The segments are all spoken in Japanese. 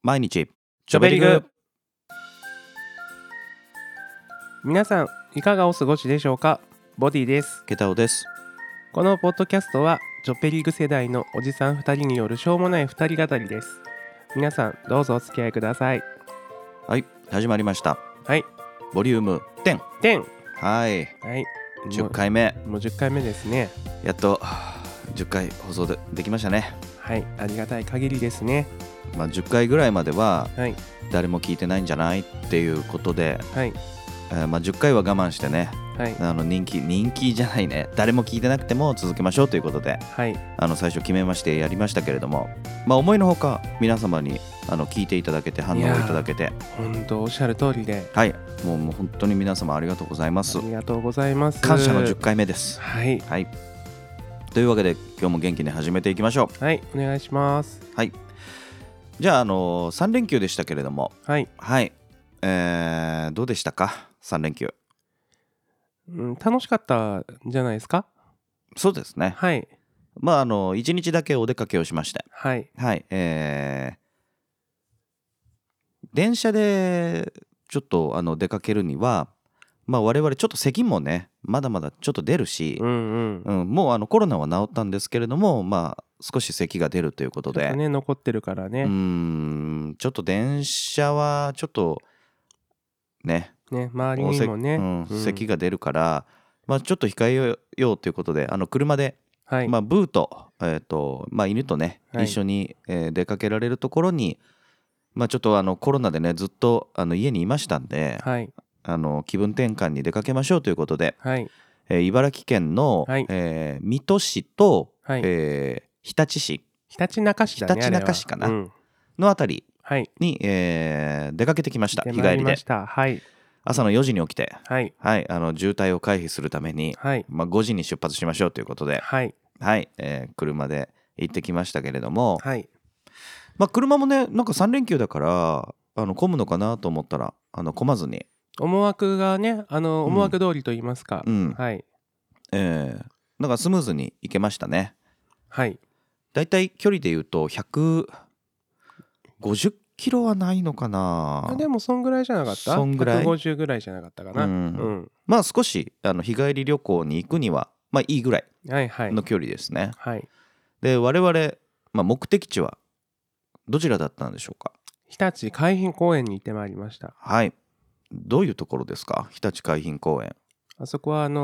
毎日ちょべりぐ。皆さんいかがお過ごしでしょうか。ボディです。 ケタオです。 このポッドキャストはちょっぺりぐ世代のおじさん2人によるしょうもない2人語りです。皆さんどうぞお付き合いください。 はい、始まりました。 はい、 ボリューム10。はい、 はい、 10回目。 もう10回目ですね。 やっと10回放送 できましたね。 はい、ありがたい限りですね。 10回ぐらいまでははい、 誰も聞いてないんじゃないっていうことで、 はい、 10回は我慢してね、 はい、 人気じゃないね、誰も聞いてなくても続けましょうということで、 はい、 最初決めましてやりましたけれども、思いのほか皆様に聞いていただけて反応をいただけて、 本当おっしゃる通りで、 はい、もう本当に皆様ありがとうございます。 ありがとうございます。 感謝の10回目です。 はい、 はい、というわけで今日も元気に始めていきましょはい、お願いします。 う。はい、じゃあ、3連休でしたけれども、 はい、 はい、どうでしたか3連休。 楽しかったんじゃないですか。 そうですね。 はい、 1日だけお出かけをしまして、 はい、 はい、電車でちょっと出かけるには、我々ちょっと咳もねまだまだちょっと出るし、もうコロナは治ったんですけれども、少し咳が出るということで、 ちょっとね残ってるからね。 ちょっと電車はちょっとね、 周りにもね、 咳が出るから、ちょっと控えようということで、車で、 はい、 ブーと、犬とね、 はい一緒に、出かけられるところに、ちょっとコロナでねずっと家にいましたんで、 はい、 気分転換に出かけましょうということで、 はい、 茨城県の、 はい水戸市と、 はい、 日立市ひたちなか市だね。 ひたちなか市かなあれはのあたりはい、 に、出かけてきました。 出回日帰りでりました。はい、 朝の4時に起きて、 はい、 はい、渋滞を回避するために、 はい、 5時に出発しましょうということで、 はい、 はい、車で行ってきましたけれども、 はい、 車もねなんか3連休だから混むのかなと思ったら混まずに、 思惑がね、思惑通りと言いますか。はい、 なんかスムーズに行けましたね。 はい。 だいたい距離で言うと150キロはないのかな。 でもそんぐらいじゃなかった？ そんぐらい 150ぐらいじゃなかったかな。 少し日帰り旅行に行くにはいいぐらいはいはいの距離ですね。 はい。 で我々、目的地はどちらだったんでしょうか。 日立海浜公園に行ってまいりました。 はい、どういうところですか。日立海浜公園。 あそこは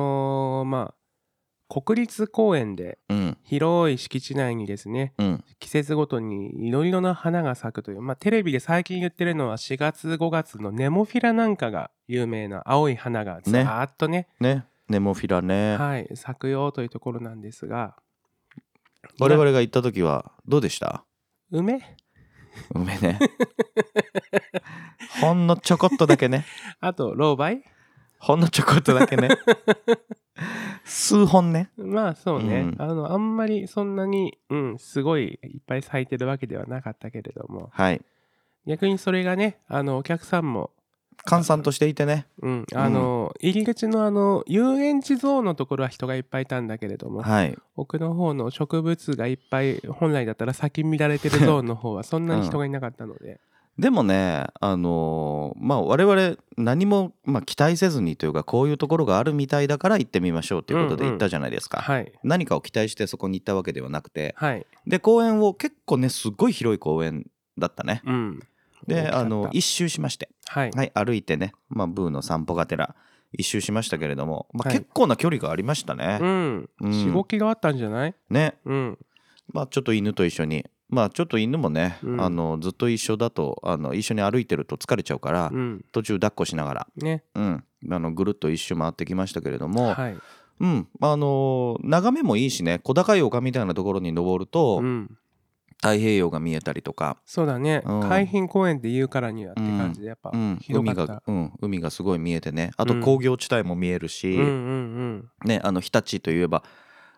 国立公園で広い敷地内にですね、季節ごとにいろいろな花が咲くという、テレビで最近言ってるのは4月5月のネモフィラなんかが有名な青い花がずーっとねネモフィラね、 はい、咲くよというところなんですが、 我々が行った時はどうでした。 梅ねほんのちょこっとだけねあとロウバイほんのちょこっとだけね数本ね。 そうね、あんまりそんなに、すごいいっぱい咲いてるわけではなかったけれども、 はい、 逆にそれがねお客さんも閑散としていてね、 入り口の遊園地ゾーンのところは人がいっぱいいたんだけれども、 はい、 奥の方の植物がいっぱい本来だったら咲き乱れてるゾーンの方はそんなに人がいなかったので、 でもね我々何も、期待せずにというか、こういうところがあるみたいだから行ってみましょうということで行ったじゃないですか、 はい、 何かを期待してそこに行ったわけではなくて、 はい、 で公園を結構ねすっごい広い公園だったね、で一周しまして、 はい歩いてね、ブーの散歩がてら一周しましたけれども、結構な距離がありましたね。 4,5 キロあったんじゃないね、ちょっと犬と一緒に、ちょっと犬もね、ずっと一緒だと一緒に歩いてると疲れちゃうから、途中抱っこしながら、 ね、 ぐるっと一周回ってきましたけれども、 はい、 眺めもいいしね、小高い丘みたいなところに登ると、太平洋が見えたりとか。 そうだね、海浜公園って言うからにはって感じでやっぱ広かった、 海がすごい見えてね、あと工業地帯も見えるし、ね、日立といえば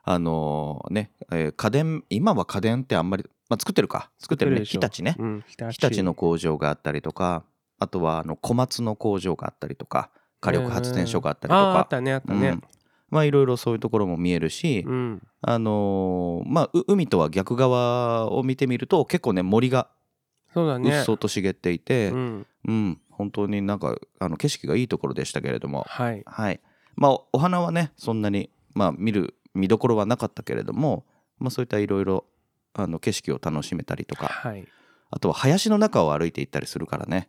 家電、今は家電ってあんまり、作ってるね、日立ね、日立の工場があったりとか、あとは小松の工場があったりとか、火力発電所があったりとか、 あったね。 いろいろそういうところも見えるし、海とは逆側を見てみると結構ね森がそうだね。 うっそうと茂っていて、 うん本当になんか景色がいいところでしたけれども、 はい。 まあお花はねそんなに見どころはなかったけれども、そういったいろいろ景色を楽しめたりとか、 はい。 あとは林の中を歩いていったりするからね、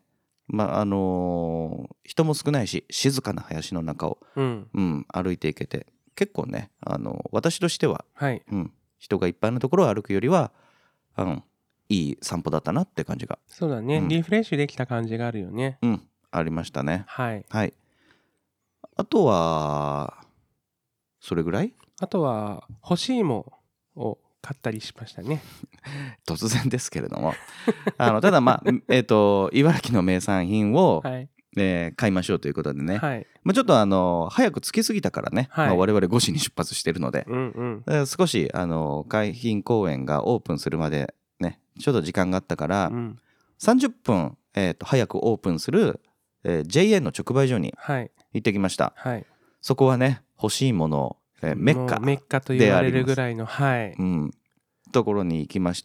人も少ないし静かな林の中を、歩いていけて結構ね私としては、 はい。 人がいっぱいのところを歩くよりは、いい散歩だったなって感じが、 そうだね、リフレッシュできた感じがあるよね。 ありましたね。 はい。 あとはそれぐらい。 あとは干し芋を買ったりしましたね。 突然ですけれどもただ茨城の名産品を、買いましょうということでね、ちょっと早く着きすぎたからね、我々5時に出発してるので、少し海浜公園がオープンするまでねちょっと時間があったから、30分、早くオープンする、JA の直売所に行ってきました。そこはね欲しいもの、メッカと言われるぐらいの、 ところに行きまして、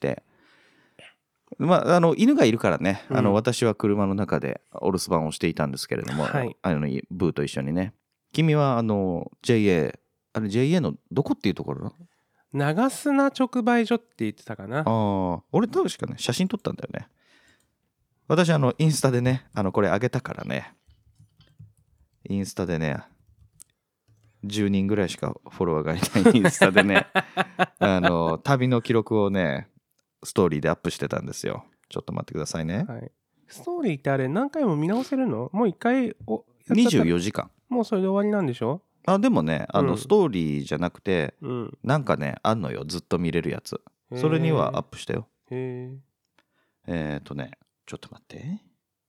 犬がいるからね、私は車の中でお留守番をしていたんですけれども、ブーと一緒にね。君はJA のどこっていうところ？ 長砂直売所って言ってたかな。 俺確かね写真撮ったんだよね。私インスタでねこれあげたからね、インスタでね10人ぐらいしかフォロワーがいないインスタでね旅の記録をねストーリーでアップしてたんですよ。ちょっと待ってくださいね。 ストーリーってあれ何回も見直せるの？もう一回やっちゃった 24時間。 もうそれで終わりなんでしょ？ でもねストーリーじゃなくて、なんかねあんのよ、ずっと見れるやつ。それにはアップしたよ。ちょっと待って、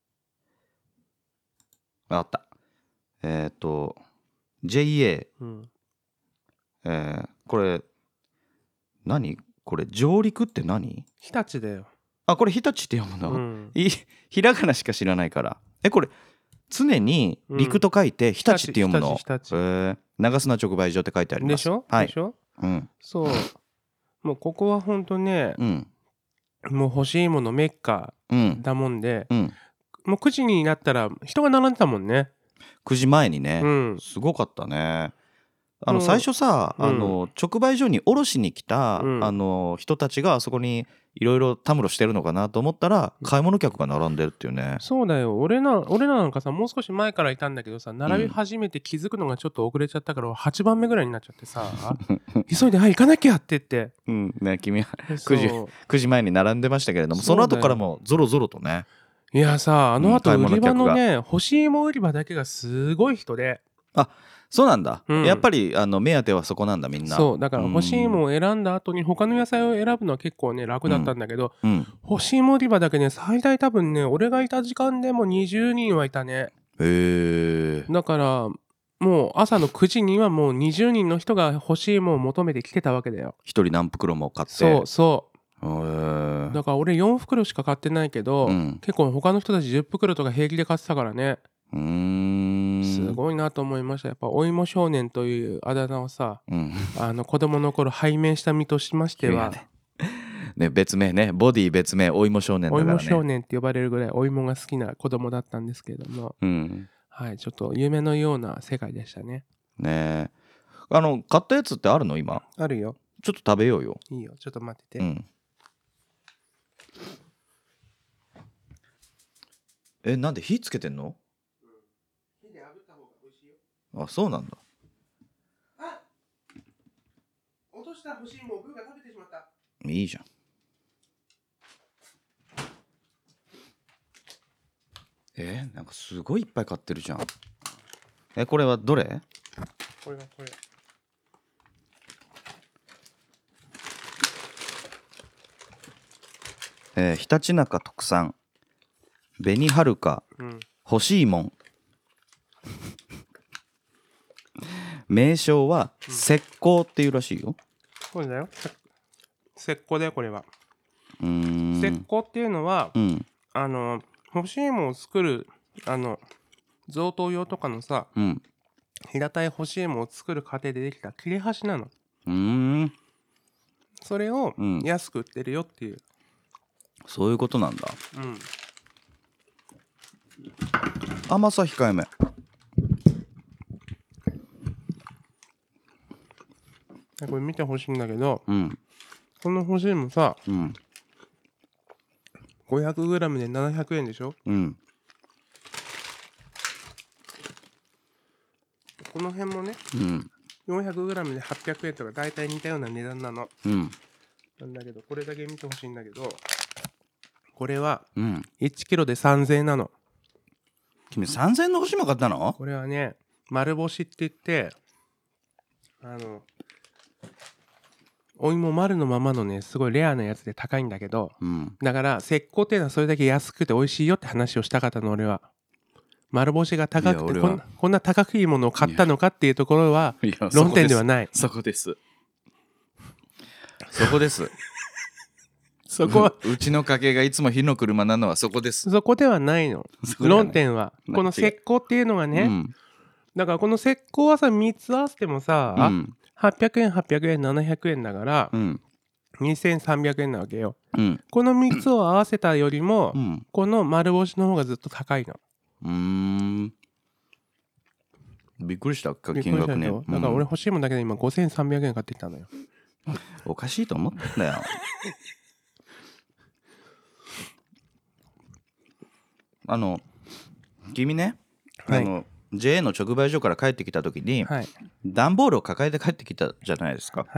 あった。JA、これ何これ、上陸って何？ 日立だよ。 これ日立って読むの？ひらがなしか知らないから。これ常に陸と書いて日立って読むの？長砂直売所って書いてあります。 でしょ？でしょ？そう。もうここはほんとね、もう欲しいものメッカだもんで、もう9時になったら人が並んでたもんね。 9時前にね、すごかったね。最初さ、直売所に卸しに来た、人たちがあそこにいろいろたむろしてるのかなと思ったら、買い物客が並んでるっていうね。 そうだよ。俺らなんかさ、もう少し前からいたんだけどさ、並び始めて気づくのがちょっと遅れちゃったから、8番目ぐらいになっちゃってさ急いで行かなきゃって言って、 君は9時前に並んでましたけれども、その後からもゾロゾロとね。 いやさ、売り場のね、欲しいも売り場だけがすごい人で。 そうなんだ、やっぱり目当てはそこなんだ、みんな。 そうだから欲しいものを選んだ後に他の野菜を選ぶのは結構ね楽だったんだけど、欲しいも売り場だけね最大多分ね俺がいた時間でも20人はいたね。だからもう朝の9時にはもう20人の人が欲しいものを求めてきてたわけだよ。 一人何袋も買って。 そうだから俺4袋しか買ってないけど、結構他の人たち10袋とか平気で買ってたからね。すごいなと思いました。やっぱお芋少年というあだ名をさ、子供の頃拝命した身としましては別名ね、ボディ別名お芋少年だからね。 お芋少年って呼ばれるぐらいお芋が好きな子供だったんですけれども、ちょっと夢のような世界でしたね。 買ったやつってあるの？今あるよ。 ちょっと食べようよ。 いいよ、ちょっと待ってて。 なんで火つけてんの？ 火で炙った方が美味しいよ。 そうなんだ。 落とした干し芋をブーが食べてしまった。 いいじゃん。なんかすごいいっぱい買ってるじゃん。これはどれ？ これがこれ。ひたちなか特産紅はるか、欲しいもん。名称は石膏っていうらしいよ。 そうだよ。石膏だよこれは。石膏っていうのは、干し芋を作る贈答用とかのさ、平たい干し芋を作る過程でできた切れ端なの。それを安く売ってるよっていう。 そういうことなんだ。 うん。 甘さ控えめ。 これ見てほしいんだけど、 うん。 この干し芋さ、 うん。 500g で700円でしょ。 うん。 この辺もね、 うん。 400g で800円とか大体似たような値段なの。 うん。 なんだけど、これだけ見てほしいんだけど、これはうん。 1キロで3000円なの。 君3000円の干し芋買ったの？ これはね、丸干しって言って、お芋丸のままのね、すごいレアなやつで高いんだけど、 うん。 だから石膏っていうのはそれだけ安くて美味しいよって話をしたかったの、俺は。丸干しが高くてこんな高くいいものを買ったのかっていうところは論点ではない。 そこです。そこです。 そこはうちの家系がいつも火の車なのはそこです。 そこではないの。論点はこの石膏っていうのがね、だからこの石膏はさ3つ合わせてもさ、800円800円700円だから、2300円なわけよ。この3つを合わせたよりも、この丸干しの方がずっと高いの。 びっくりした金額ね。 だから俺欲しいもんだけで今5300円買ってきたのよ。 おかしいと思ったんだよ。君ね、JA の直売所から帰ってきた時に、段ボールを抱えて帰ってきたじゃないですか。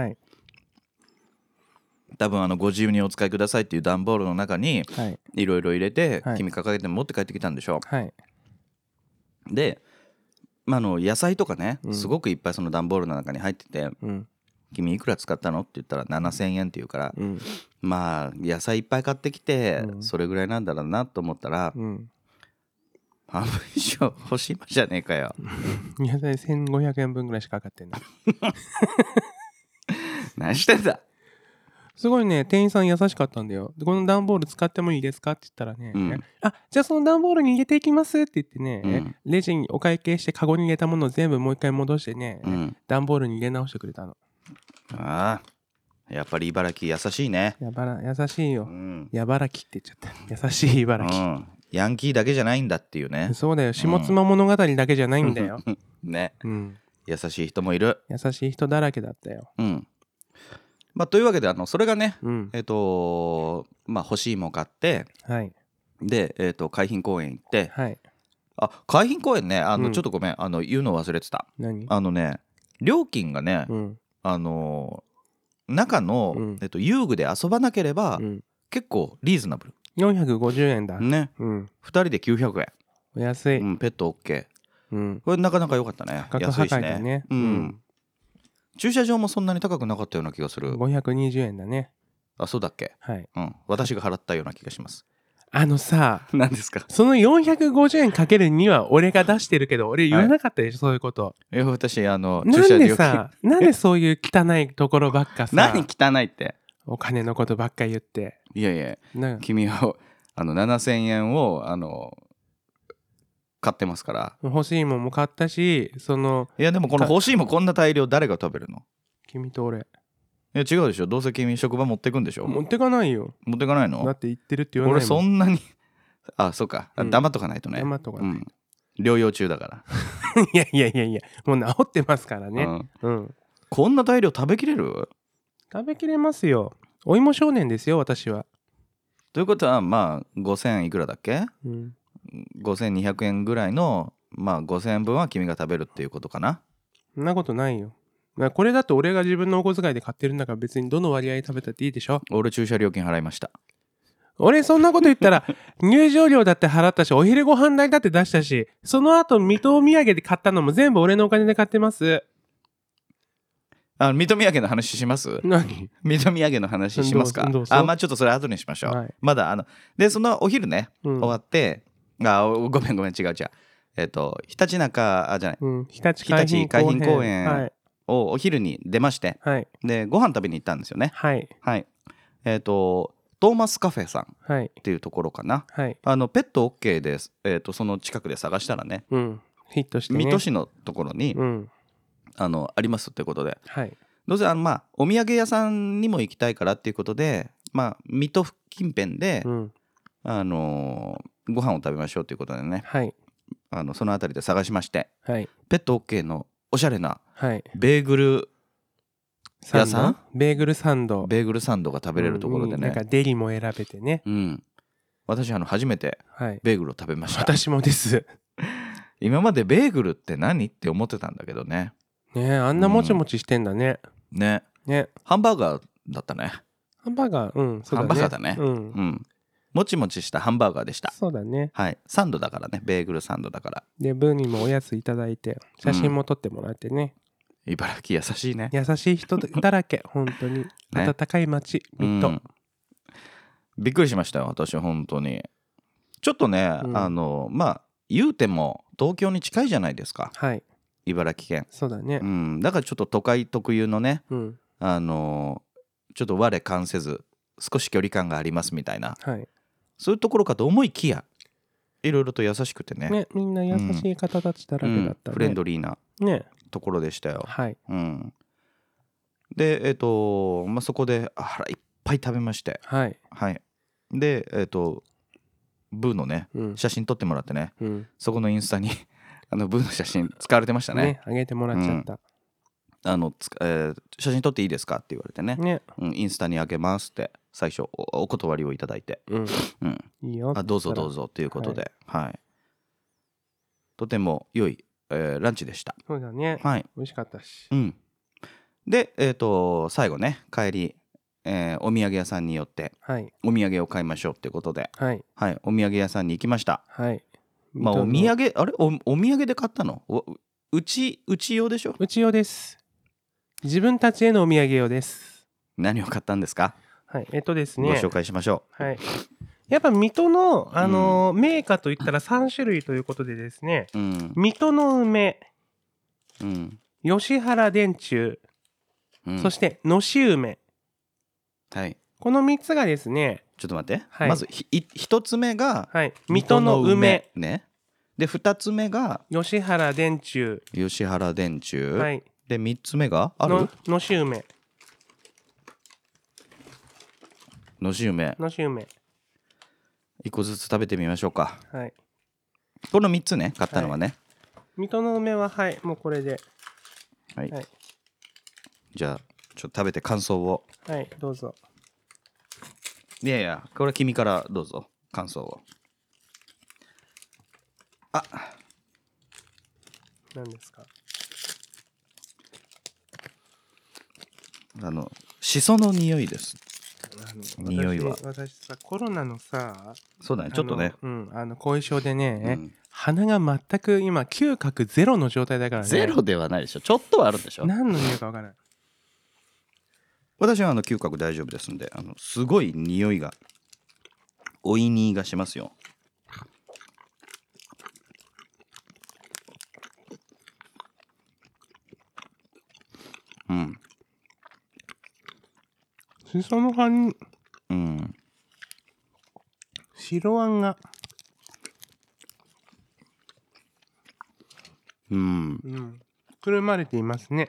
多分ご自由にお使いくださいっていう段ボールの中にいろいろ入れて、君抱えて持って帰ってきたんでしょ。で、野菜とかね、すごくいっぱいその段ボールの中に入ってて、君いくら使ったのって言ったら7000円って言うから、まあ野菜いっぱい買ってきて、それぐらいなんだろうなと思ったら、半分以上欲しいもんじゃねえかよ。 野菜1500円分ぐらいしかかってんの。 何してんだ。 すごいね、店員さん優しかったんだよ。この段ボール使ってもいいですかって言ったらね、じゃあその段ボールに入れていきますって言ってね、レジにお会計してカゴに入れたものを全部もう一回戻してね、段ボールに入れ直してくれたの。 ああ、やっぱり茨城優しいね。 優しいよ。茨城って言っちゃった。優しい茨城。 ヤンキーだけじゃないんだっていうね。 そうだよ。下妻物語だけじゃないんだよ。 ね。優しい人もいる。 優しい人だらけだったよ。 というわけでそれがね、欲しいも買って、で、海浜公園行って、海浜公園ね、ちょっとごめん、言うの忘れてた。 何？ 料金がね、中の、遊具で遊ばなければ、結構リーズナブル。 450円だね。2人で900円。 お安い。 ペット OK。これなかなか良かったね。安いしね。駐車場もそんなに高くなかったような気がする。 520円だね。 あ、そうだっけ。私が払ったような気がします。 さ、 何ですか。 その450円かける2は俺が出してるけど、俺言わなかったでしょ、そういうこと。 私駐車料金。なんでそういう汚いところばっかさ。 何汚いって。 お金のことばっか言って。 いやいや、君は7000円を買ってますから。 欲しいもんも買ったし、 いやでもこの欲しいもんこんな大量誰が食べるの？ 君と俺。 いや違うでしょ。どうせ君職場持ってくんでしょ。 持ってかないよ。 持ってかないの？ だって言ってるって言わないもん。 俺そんなにそうか、黙っとかないとね。 黙っとかないと。 療養中だから。 いやもう治ってますからね。 こんな大量食べきれる？ 食べきれますよ。お芋少年ですよ私は。 ということは5000いくらだっけ？5200円ぐらいの5000円分は君が食べるっていうことかな。 そんなことないよ。これだと俺が自分のお小遣いで買ってるんだから別にどの割合食べたっていいでしょ。 俺駐車料金払いました。 俺そんなこと言ったら入場料だって払ったしお昼ご飯代だって出したし、その後水戸土産で買ったのも全部俺のお金で買ってます。 水戸土産の話します？ 何？ 水戸土産の話しますか？ちょっとそれ後にしましょう。まだでそのお昼ね、終わってごめん違うひたちなかじゃない、 日立海浜公園をお昼に出まして、でご飯食べに行ったんですよね。トーマスカフェさんっていうところかな。ペット OK です。その近くで探したらね、 ヒットしてね、 水戸市のところに、ありますってことで、どうせお土産屋さんにも行きたいからっていうことでまあ水戸近辺で、 うん、 ご飯を食べましょうということでね、 はい、 その辺りで探しまして、 はい、 ペット OK のおしゃれなはい。 ベーグル屋さん、 ベーグルサンド。 ベーグルサンドが食べれるところでね、 なんかデリも選べてね。 うん、私初めてベーグルを食べました。 私もです。 今までベーグルって何って思ってたんだけどね。 ね、あんなもちもちしてんだね。 ね。 ね。 ハンバーガーだったね。 ハンバーガー、そうだね。 ハンバーガーだね。うん。もちもちしたハンバーガーでした。 そうだね。 はい。サンドだからね。ベーグルサンドだから。 で、ブーにもおやついただいて、写真も撮ってもらってね。 茨城優しいね。 優しい人だらけ、本当に。温かい街、水戸。 びっくりしましたよ、私、本当に。ちょっとね、まあ、言うても東京に近いじゃないですか。 はい。 茨城県。 そうだね。 だからちょっと都会特有のね、ちょっと我関せず、少し距離感がありますみたいな。 はい。 そういうところかと思いきや、いろいろと優しくてね。 ね、みんな優しい方たちだらけだったね。 フレンドリーなところでしたよ。 はい。 で、まあ、そこで腹いっぱい食べまして。 はい。 はい。で、ブーのね、写真撮ってもらってね、そこのインスタにブーの写真使われてましたね。 あげてもらっちゃった。 写真撮っていいですかって言われてね、インスタにあげますって最初 お断りをいただいて、 いいよどうぞどうぞということで、はい、とても良い、ランチでした。 そうだね、 はい、 美味しかったし、 で、最後ね帰り、お土産屋さんに寄って、お土産を買いましょうっていうことで、お土産屋さんに行きました。まあお土産お土産で買ったの？うち用でしょ？ うち用です。自分たちへのお土産用です。 何を買ったんですか？ ですね、 ご紹介しましょう。やっぱ水戸の、銘菓といったら3種類ということでですね、水戸の梅、吉原電柱、そしてのし梅、この3つがですね、 ちょっと待って、まず1つ目が水戸の梅ね、で2つ目が吉原電柱、 で3つ目があるのし梅、 1個ずつ食べてみましょうか。この3つね、買ったのはね、 水戸の梅はもうこれで、 じゃあちょっと食べて感想を。 どうぞ。 いやいや、これは君からどうぞ感想を。 何ですか？ しその匂いです。匂いは私さ、コロナのさ、 そうだね、ちょっとね、 後遺症でね、鼻が全く今嗅覚ゼロの状態だからね。 ゼロではないでしょ、ちょっとはあるでしょ。 何の匂いか分からない。 私は嗅覚大丈夫ですんで、すごい匂いがおいにがしますよ。 しその葉に、白あんが、くるまれていますね。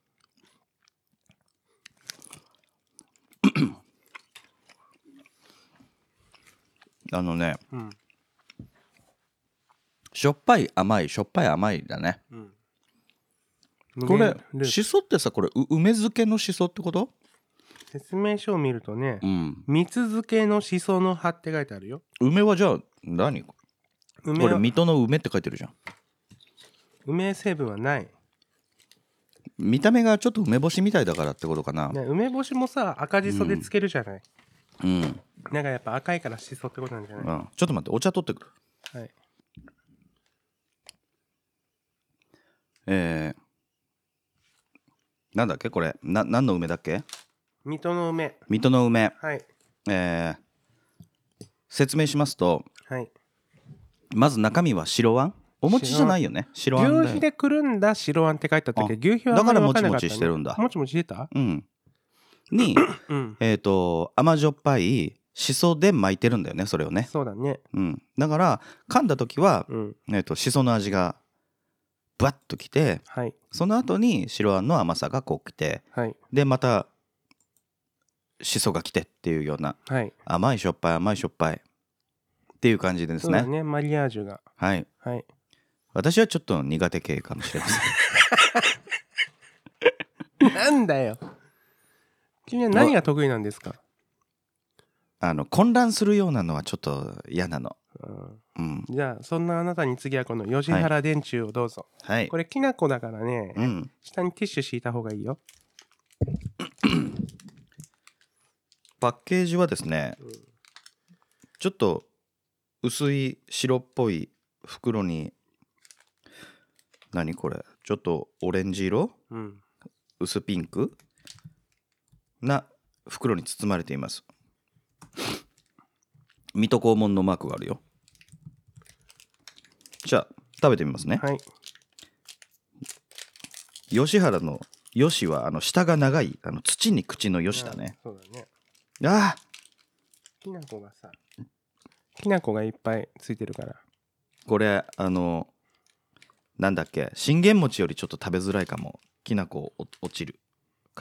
しょっぱい甘いだね。これしそってさ、これ梅漬けのしそってこと？ 説明書を見るとね、蜜漬けのしその葉って書いてあるよ。 梅はじゃあ何？これ水戸の梅って書いてるじゃん。 梅成分はない。 見た目がちょっと梅干しみたいだからってことかな。 梅干しもさ、赤じそでつけるじゃない。なんかやっぱ赤いからしそってことなんじゃない？ ちょっと待って、お茶取ってくる。なんだっけこれ、何の梅だっけ？ 水戸の梅。 説明しますと、まず中身は白あん。お餅じゃないよね。白あん牛皮でくるんだ白あんって書いてあったけど、牛皮はだからもちもちしてるんだ。 もちもちしてた？ に甘じょっぱいしそで巻いてるんだよね、それをね。 そうだね。 だから噛んだ時はしその味がバッときて、その後に白あんの甘さがこうきて、でまたしそが来てっていうような、 はい、 甘いしょっぱい甘いしょっぱいっていう感じですね。 そうだね、マリアージュが。 はい。 はい。 私はちょっと苦手系かもしれません。なんだよ。君は何が得意なんですか？ 混乱するようなのはちょっと嫌なの。 うん、じゃあそんなあなたに次はこの吉原電柱をどうぞ。 はい。 これきな粉だからね、 うん、 下にティッシュ敷いた方がいいよ。 パッケージはですね、ちょっと薄い白っぽい袋に、何これ、ちょっとオレンジ色、薄ピンクな袋に包まれています。水戸黄門のマークがあるよ。じゃあ食べてみますね。 はい。 吉原の吉は下が長い土に口の吉だね。 そうだね。 ああ、 きな粉がさ、きな粉がいっぱいついてるから。 これなんだっけ、信玄餅よりちょっと食べづらいかも。きな粉落ちるから。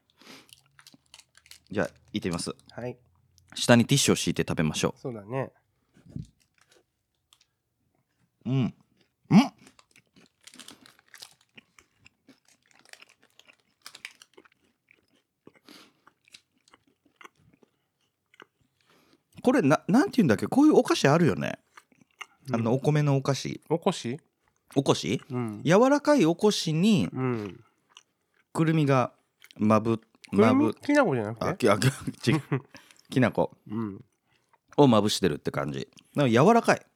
じゃあいってみます。 はい。 下にティッシュを敷いて食べましょそうだね。 う。うん。これなんていうんだっけ、こういうお菓子あるよね。お米のお菓子。 おこし？ おこし？ 柔らかいおこしにくるみがきな粉じゃなくて？ きな粉をまぶしてるって感じ。なんか柔らかい。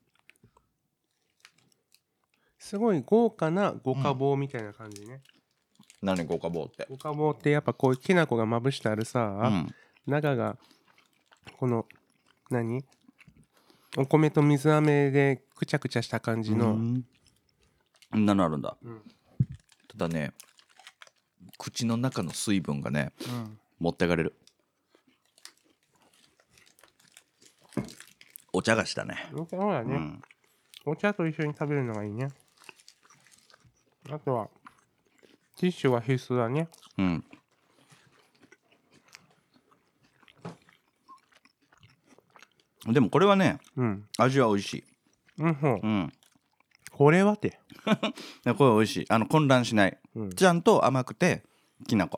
すごい豪華な五花棒みたいな感じね。 何五花棒って？ 五花棒ってやっぱこういうきな粉がまぶしてあるさ、中がこのお米と水飴でくちゃくちゃした感じの。 なるんだ。ただね、口の中の水分がね、持ってかれる。お茶菓子だね。 そうだね、お茶と一緒に食べるのがいいね。あとはティッシュは必須だね。 でもこれはね、味は美味しい。 これはってこれ美味しい。混乱しない、ちゃんと甘くてきな粉。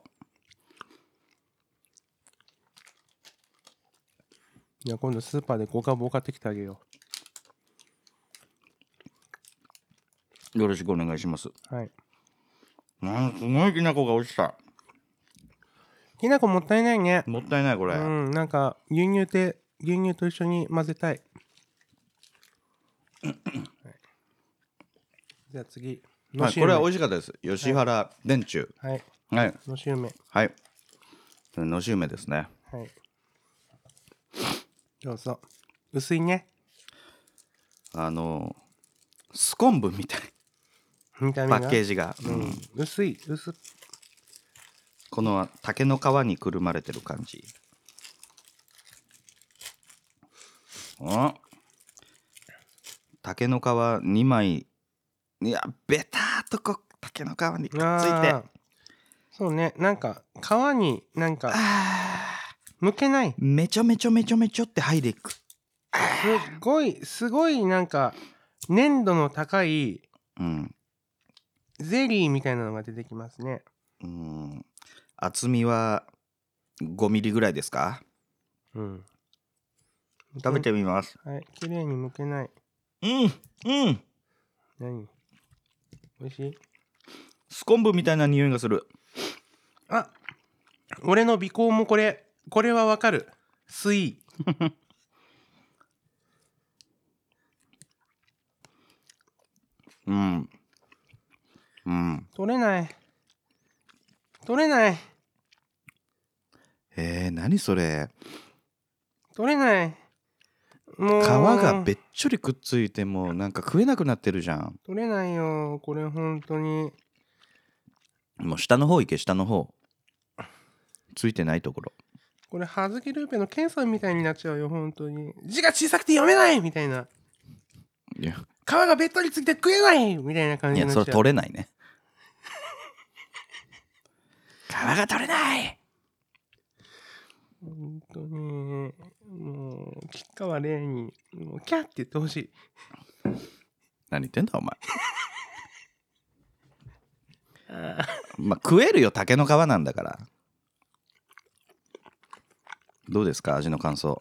じゃあ今度スーパーで五花棒買ってきてあげよう。よろしくお願いします。 はい。 すごいきな粉が落ちた。 きな粉もったいないね。 もったいないこれ。 なんか牛乳と一緒に混ぜたい。はい、じゃあ次。 はい、これは美味しかったです。吉原電柱。 はい。 はい。 のし梅。 はい。のし梅ですね。 はい。どうぞ。薄いね。 スコンブみたい。 見た目がパッケージが。 薄い。 この竹の皮にくるまれてる感じ。竹の皮2枚、いやベターっとこう竹の皮にくっついて。 そうね、なんか皮になんか剥けない。 めちょめちょめちょめちょって剥いでいく。 すごいなんか粘度の高いゼリーみたいなのが出てきますね。 厚みは5ミリぐらいですか？食べてみます。 はい、綺麗に剥けない。何？美味しい？ スコンブみたいな匂いがする。 あ、俺の鼻孔もこれはわかる。スイ取れない。 何それ。 取れない。 もう皮がべっちょりくっついてもうなんか食えなくなってるじゃん。 取れないよこれ本当に。 もう下の方行け、下の方。ついてないところ。 これはずきルーペのケンさんみたいになっちゃうよ本当に。字が小さくて読めないみたいな。いや、皮がべっとりついて食えないみたいな感じになっちゃう。 いやそれ取れないね。皮が取れない。 本当にもう吉川玲にもうキャーって言ってほしい。 何言ってんだお前。まあ食えるよ、竹の皮なんだから。どうですか味の感想。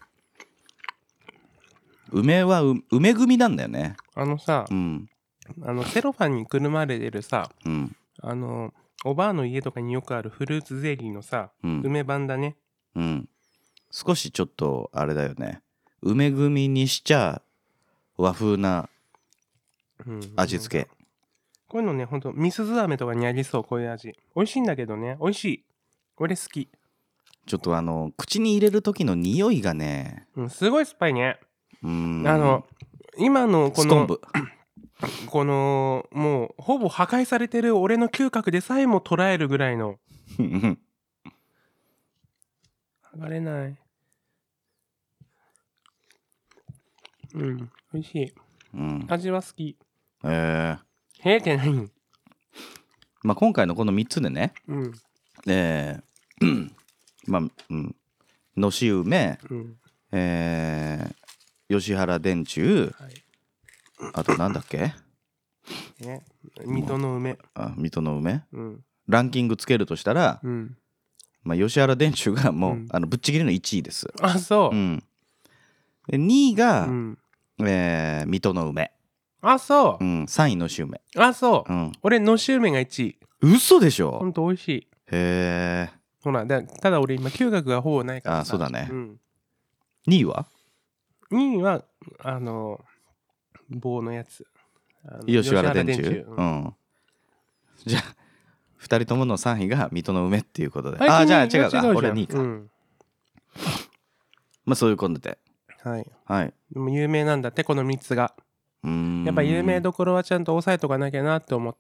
梅は梅組なんだよね。 さ、 うん、 セロファンにくるまれてるさ、 うん、 おばあの家とかによくあるフルーツゼリーのさ、 うん、 梅版だね。 うん。少しちょっとあれだよね。梅組にしちゃ和風な味付け。 こういうのね、ほんとみすず飴とかにありそう。こういう味美味しいんだけどね。美味しい。俺好き。 ちょっと口に入れる時の匂いがね、 すごい酸っぱいね。今のこのストンブこのもうほぼ破壊されてる俺の嗅覚でさえも捉えるぐらいの剥がれない。美味しい。味は好き。へえって何？ まあ今回のこの3つでね、まあのし梅、吉原電柱、あとなんだっけ？ 水戸の梅。 水戸の梅、ランキングつけるとしたら、まあ、吉原電柱がもう、ぶっちぎりの1位です。 あ、そう。 で2位が、水戸の梅。 あ、そう。 3位のし梅。 あ、そう。俺のし梅が1位。 嘘でしょ。 ほんと美味しい。 へえ。 ほらただ俺今嗅覚がほぼないからさ。 あ、そうだね。2位は ？2位は棒のやつ。 吉原電柱。じゃあ2人ともの3位が水戸の梅っていうことで。じゃあ違うか。俺2位か。まあそういうことで。 はい。でも有名なんだってこの3つが。やっぱ有名どころはちゃんと押さえとかなきゃなって思って。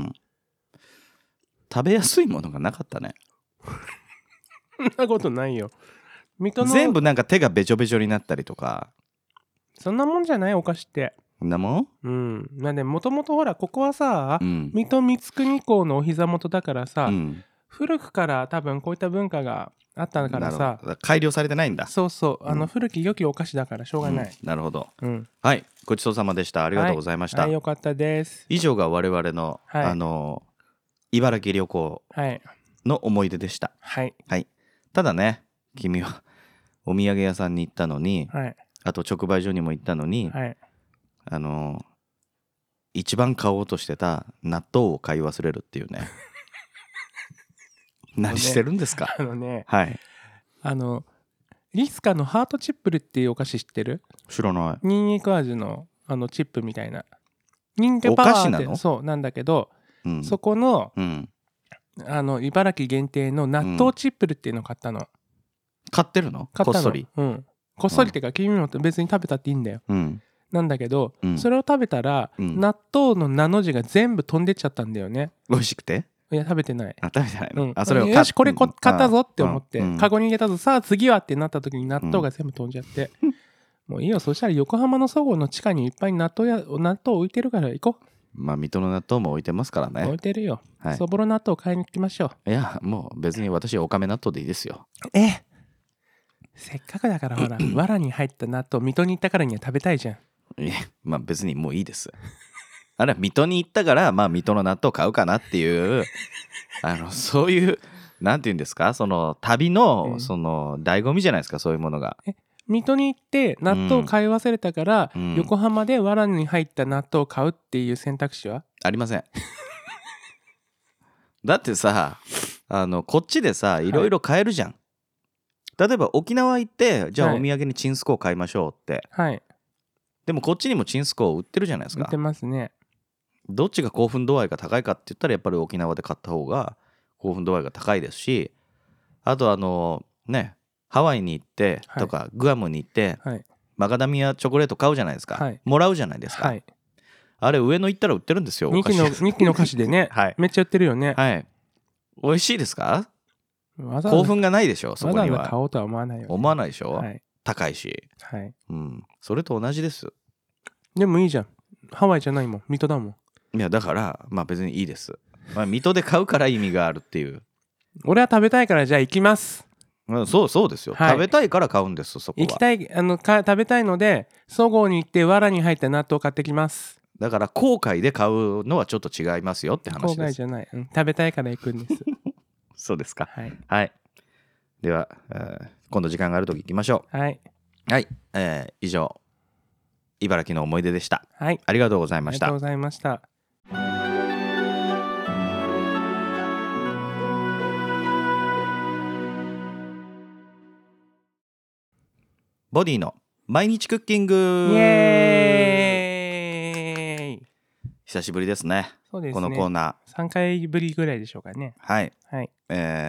食べやすいものがなかったね。 そんなことないよ。 全部なんか手がべちょべちょになったりとか。 そんなもんじゃないお菓子って。 そんなもん？なんでもともとほらここはさ、水戸光圀公のお膝元だからさ、古くから多分こういった文化があったからさ。 改良されてないんだ。 そうそう、古き良きお菓子だからしょうがない。 なるほど。はい、ごちそうさまでした。ありがとうございました。 はい、よかったです。 以上が我々の茨城旅行の思い出でした。はい。ただね、君はお土産屋さんに行ったのに、あと直売所にも行ったのに、一番買おうとしてた納豆を買い忘れるっていうね。何してるんですか？ リスカのハートチップルっていうお菓子知ってる？ 知らない。 ニンニク味のチップみたいな。ニンニクパワーってそうなんだけど、そこの、茨城限定の納豆チップルっていうのを買ったの。 買ってるの？こっそり。 こっそりっていうか君も別に食べたっていいんだよ。なんだけど、それを食べたら、納豆の名の字が全部飛んでっちゃったんだよね。 美味しくて？ いや食べてない。 食べてないの？それをよしこれ買ったぞって思って、カゴに入れたぞ、さあ次はってなった時に納豆が全部飛んじゃって、もういいよ。そしたら横浜のそごうの地下にいっぱい納豆置いてるから行こう。 まあ水戸の納豆も置いてますからね。 置いてるよ。そぼろ納豆買いに行きましょう。いやもう別に私おかめ納豆でいいですよ。 せっかくだからほら藁に入った納豆水戸に行ったからには食べたいじゃん。 まあ別にもういいです。あれは水戸に行ったからまあ水戸の納豆買うかなっていうそういうなんていうんですか、その旅のその醍醐味じゃないですか、そういうものが。 水戸に行って納豆を買い忘れたから、横浜で藁に入った納豆を買うっていう選択肢はありません。だってさこっちでさいろいろ買えるじゃん。例えば沖縄行ってじゃあお土産にチンスコー買いましょうって。でもこっちにもチンスコー売ってるじゃないですか。 売ってますね。どっちが興奮度合いが高いかって言ったらやっぱり沖縄で買った方が興奮度合いが高いですし、あとねハワイに行ってとか、グアムに行って、マカダミアチョコレート買うじゃないですか、もらうじゃないですか、あれ上野行ったら売ってるんですよ。 2期の菓子でね、めっちゃ売ってるよね。 美味しいですか？興奮がないでしょそこには。 わざわざ買おうとは思わないよね。 思わないでしょ、高いし、それと同じです。 でもいいじゃん、ハワイじゃないもん、水戸だもん。 いやだからまあ別にいいです。まあ、水戸で買うから意味があるっていう。 俺は食べたいからじゃあ行きます。 そうですよ、はい、食べたいから買うんです。そこは行きたい食べたいので、そごうに行って藁に入った納豆を買ってきます。 だから後悔で買うのはちょっと違いますよって話です。 後悔じゃない、食べたいから行くんですそうですか。 はい、 はい、では、今度時間があるとき行きましょう。 はい、 はい、以上茨城の思い出でした。 はい、 ありがとうございました。 ありがとうございました。 ボディの毎日クッキング。 イエーイ。 久しぶりですね。 そうですね。 このコーナー3回ぶりぐらいでしょうかね。 はい、 はい、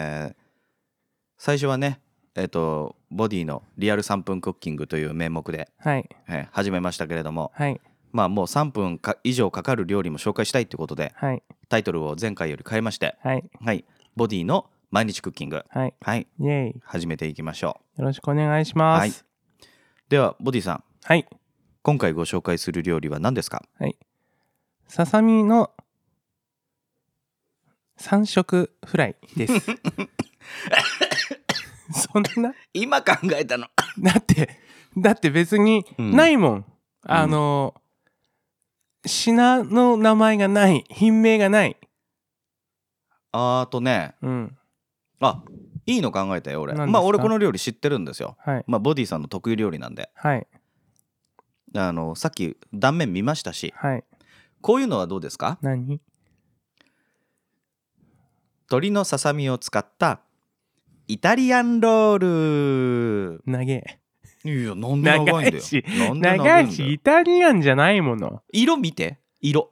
最初はねボディのリアル3分クッキングという名目で、 はい、 始めましたけれども、 はい、 まあもう3分以上かかる料理も紹介したいということで、 はい、 タイトルを前回より変えまして、 はい、 はい、ボディの毎日クッキング、 はい、 はい、 イエーイ。 始めていきましょう。よろしくお願いします。はい、 ではボディさん、 はい、 今回ご紹介する料理は何ですか？ はい、ささみの3色フライですそんな今考えたのだって別にないもん、品の名前がない、品名がない。 あいいの考えたよ俺。まあ俺この料理知ってるんですよ。 はい、 まあボディさんの得意料理なんで、 はい、 さっき断面見ましたし、 はい、 こういうのはどうですか？ 何？ 鶏のささみを使ったイタリアンロール。 長え。 いや、なんで長いんだよ。 長いしイタリアンじゃないもの。 色見て、色。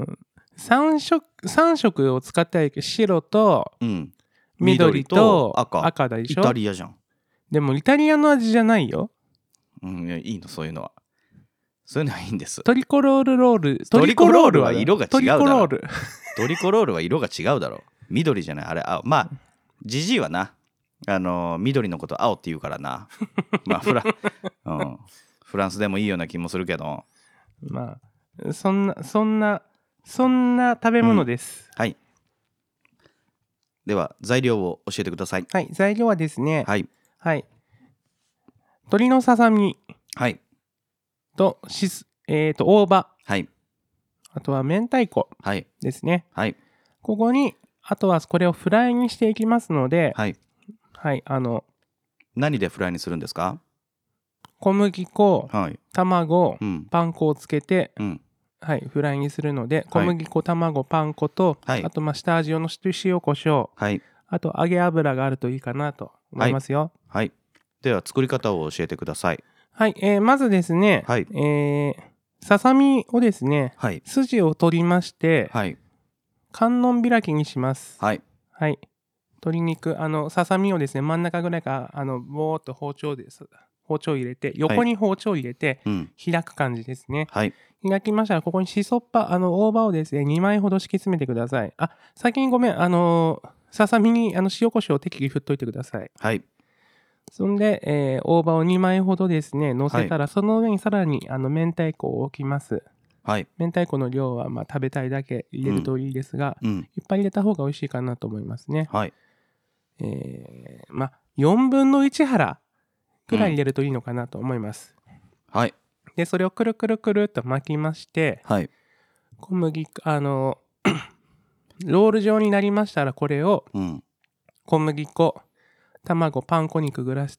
3色を使ってはいけど、白と、緑と赤でしょ。 イタリアじゃん。 でもイタリアの味じゃないよ。 いや、いいの、そういうのは。そういうのはいいんです。 トリコロールロール。 トリコロールは色が違うだろ。 トリコロールは色が違うだろ。緑じゃないあれ。まあジジイはな緑のこと青って言うからなまあフランスでもいいような気もするけど、 まあそんな食べ物です、 はい。では材料を教えてください。 はい、材料はですね、 はい、 はい、鶏のささみ、 はい、 と大葉、 はい、 あとは明太子ですね、 はい、 ここにあとはこれをフライにしていきますので、 はい、 はい、 何でフライにするんですか？ 小麦粉、 はい、 卵、パン粉をつけて、はい、フライにするので、小麦粉、卵、パン粉と、あと下味用の塩コショウ、はい、あと揚げ油があるといいかなと思いますよ。 はい、では作り方を教えてください。 はい、まずですね、はい、ささみをですね、はい、筋を取りまして、はい、観音開きにします。はい、はい、鶏肉ささみをですね、真ん中ぐらいからボーっと包丁入れて、横に包丁入れて、開く感じですね。はい、開きましたら、ここにしそっぱ大葉をですね、2枚ほど敷き詰めてください。先にごめん、ささみに塩コショウを適宜振っといてください。はい。そんで、大葉を2枚ほどですね、乗せたら、はい、その上にさらに明太子を置きます。はい、明太子の量は食べたいだけ入れるといいですが、いっぱい入れた方が美味しいかなと思いますね。はい、4分の1腹くらい入れるといいのかなと思います。はい、でそれをくるくるくるっと巻きまして、はい、小麦ロール状になりましたら、これを小麦粉、卵、パン粉にくぐらして、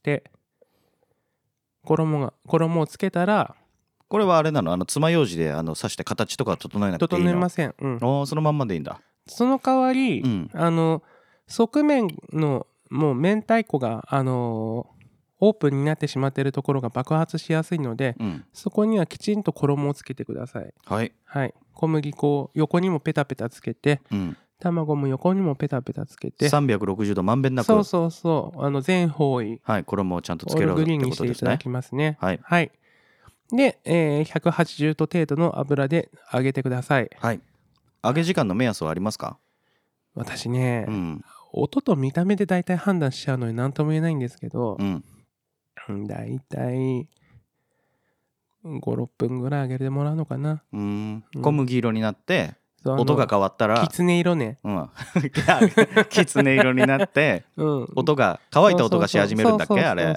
衣をつけたら、 これはあれなの？爪楊枝で刺して形とか整えなくていいの？ 整えません。 そのまんまでいいんだ。 その代わり、側面のもう明太子がオープンになってしまっているところが爆発しやすいので、そこにはきちんと衣をつけてください。はい、はい、小麦粉を横にもペタペタつけて、卵も横にもペタペタつけて、 360度まんべんなく、 そう全方位、 はい、衣をちゃんとつけるってことですね。 オールグリーンにしていただきますね。はい、はい、で、180度程度の油で揚げてください。はい、 揚げ時間の目安はありますか？ 私ね、音と見た目で大体判断しちゃうので何とも言えないんですけど、大体5、6分ぐらい揚げてもらうのかな。 小麦色になって音が変わったらきつね色ね。 きつね色になって、音が乾いた音がし始めるんだっけあれ。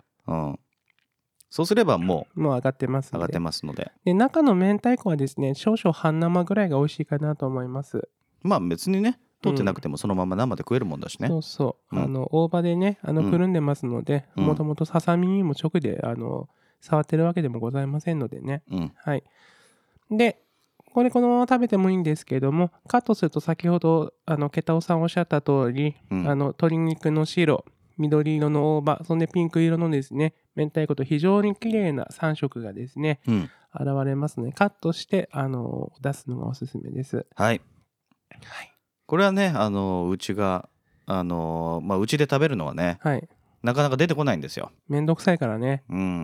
そうすればもう上がってますので。 で、中の明太子はですね、少々半生ぐらいが美味しいかなと思います。 まあ別にね、取ってなくてもそのまま生で食えるもんだしね。 大葉でね、くるんでますので、もともとささみにも直で触ってるわけでもございませんのでね。はい。で、このまま食べてもいいんですけれども、カットすると先ほどケタオさんおっしゃった通り、鶏肉の白、緑色の大葉、そんでピンク色のですね、明太子と非常に綺麗な3色がですね、現れますので、カットして出すのがおすすめです。 はい。これはね、うちがうちで食べるのはね、なかなか出てこないんですよ。 めんどくさいからね。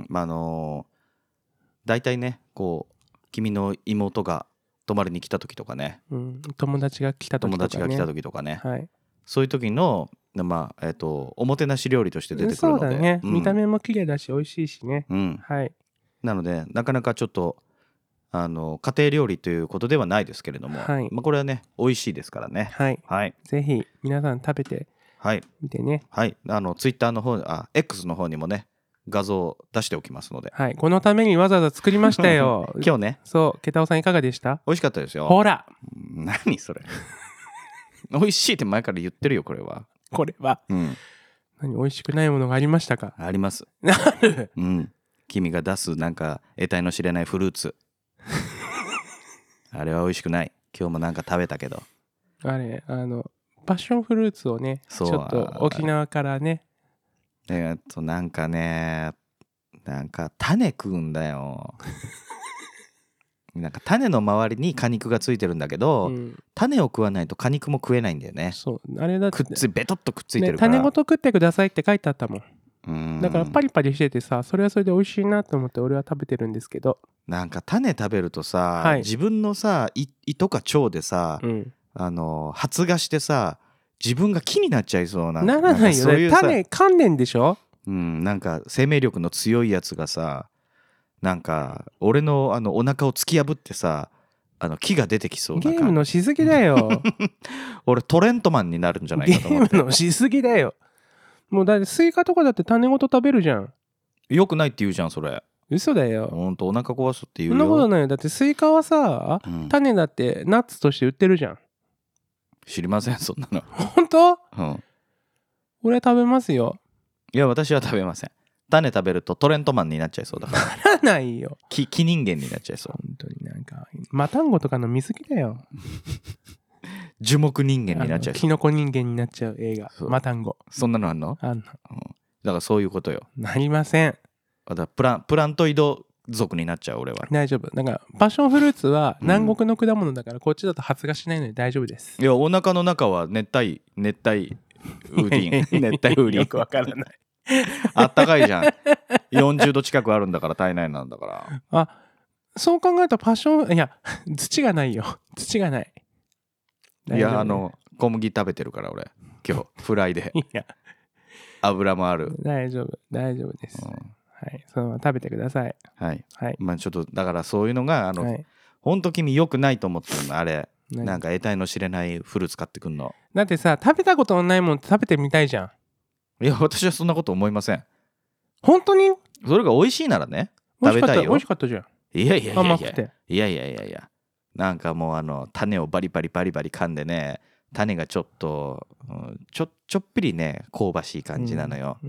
大体ね、こう君の妹が泊まりに来た時とかね、 友達が来た時とかね、そういう時のおもてなし料理として出てくるので、 そうだね、見た目も綺麗だし美味しいしね。 なのでなかなかちょっと家庭料理ということではないですけれども、これはね美味しいですからね。 ぜひ皆さん食べてみてね。 ツイッターの方X の方にもね画像出しておきますので、 このためにわざわざ作りましたよ。 今日ね。 そう、ケタオさんいかがでした？ 美味しかったですよ。 ほら何それ美味しいって前から言ってるよ。これは何美味しくないものがありましたか？ あります。君が出すなんか得体の知れないフルーツあれは美味しくない。今日もなんか食べたけど、 あれパッションフルーツをね、ちょっと沖縄からね、 なんかね、なんか種食うんだよなんか種の周りに果肉がついてるんだけど、種を食わないと果肉も食えないんだよね。 そうあれだってベトっとくっついてるから、 種ごと食ってくださいって書いてあったもん。だからパリパリしててさ、それはそれで美味しいなと思って俺は食べてるんですけど、 なんか種食べるとさ、自分のさ胃とか腸でさ、発芽してさ、自分が木になっちゃいそうな。 ならないよね。種噛んでんでしょ。 なんか生命力の強いやつがさ、なんか俺のお腹を突き破ってさ、木が出てきそうな感じ。 ゲームのしすぎだよ俺トレントマンになるんじゃないかと思って。 ゲームのしすぎだよ。もうだってスイカとかだって種ごと食べるじゃん。 よくないって言うじゃんそれ。 嘘だよ。 ほんとお腹壊すって言うよ。 そんなことないよ。だってスイカはさ、種だってナッツとして売ってるじゃん。 知りませんそんなの。 本当？俺は食べますよ。 いや私は食べません。種食べるとトレントマンになっちゃいそうだから。 ならないよ。 木人間になっちゃいそう。 本当になんかマタンゴとかの見過ぎだよ樹木人間になっちゃう。 キノコ人間になっちゃう映画マタンゴ。 そんなのあんの？ あんの、 だからそういうことよ。 なりません。 だプラントイド族になっちゃう俺は。 大丈夫。だからパッションフルーツは南国の果物だから、こっちだと発芽しないので大丈夫です。 いやお腹の中は熱帯ウーディン熱帯雨林。 よくわからないあったかいじゃん。40度近くあるんだから体内なんだから。 そう考えるとパッション、いや土がないよ。土がない。 いや小麦食べてるから俺今日フライで。いや油もある。 大丈夫です、そのまま食べてください。まあちょっとだからそういうのがほんと君良くないと思ってるの。あれなんか得体の知れないフルーツ買ってくんの。 だってさ、食べたことのないもの食べてみたいじゃん。 いや私はそんなこと思いません。 本当に？ それが美味しいならね食べたいよ。 美味しかったじゃん。 いやいやいやいや甘くて。 いやなんかもう種をバリバリ噛んでね、種がちょっとちょっぴりね香ばしい感じなのよ。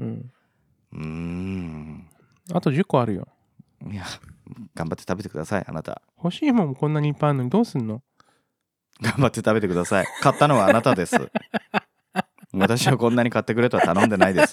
あと10個あるよ。 いや頑張って食べてください。あなた欲しいもんこんなにいっぱいあるのにどうすんの？ 頑張って食べてください。買ったのはあなたです。私はこんなに買ってくれとは頼んでないです。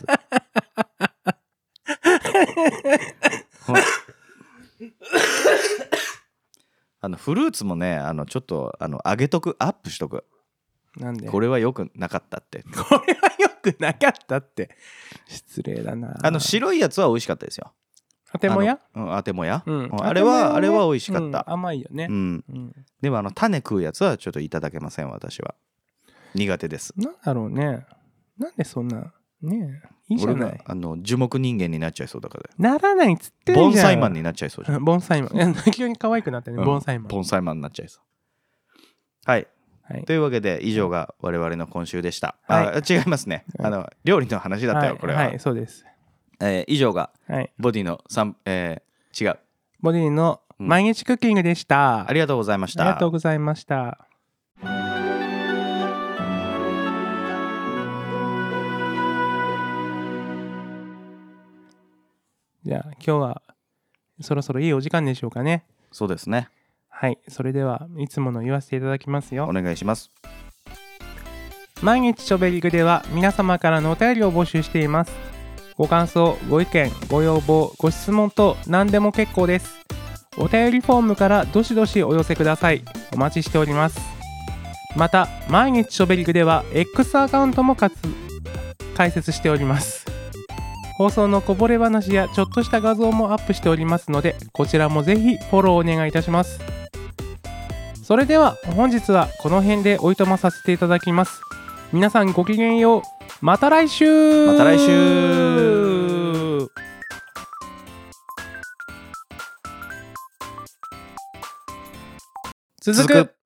フルーツもねちょっと揚げとく、アップしとく。 なんで？ これは良くなかったって。 これは良くなかったって失礼だな。 白いやつは美味しかったですよ。 あてもや？ あてもや、あれは美味しかった。 甘いよね。 でも種食うやつはちょっといただけません。私は苦手です。 なんだろうね。なんでそんなねいいじゃない。 樹木人間になっちゃいそうだから。 ならないっつってるじゃん。 盆栽マンになっちゃいそうじゃん。 盆栽マン急に可愛くなってね。盆栽マン。 盆栽マンになっちゃいそう。 はい、というわけで以上が我々の今週でした。違いますね、料理の話だったよ、これは。 はい、そうです。 以上がボディの違うボディの毎日クッキングでした。 ありがとうございました。 ありがとうございました。じゃあ今日はそろそろいいお時間でしょうかね。 そうですね。 はい、それではいつもの言わせていただきますよ。 お願いします。 毎日ショベリグでは皆様からのお便りを募集しています。ご感想、ご意見、ご要望、ご質問と何でも結構です。お便りフォームからどしどしお寄せください。お待ちしております。また毎日ショベリグでは X アカウントも開設しております。放送のこぼれ話やちょっとした画像もアップしておりますので、こちらもぜひフォローお願いいたします。それでは本日はこの辺でおいとまさせていただきます。皆さんごきげんよう。また来週。 また来週。 続く。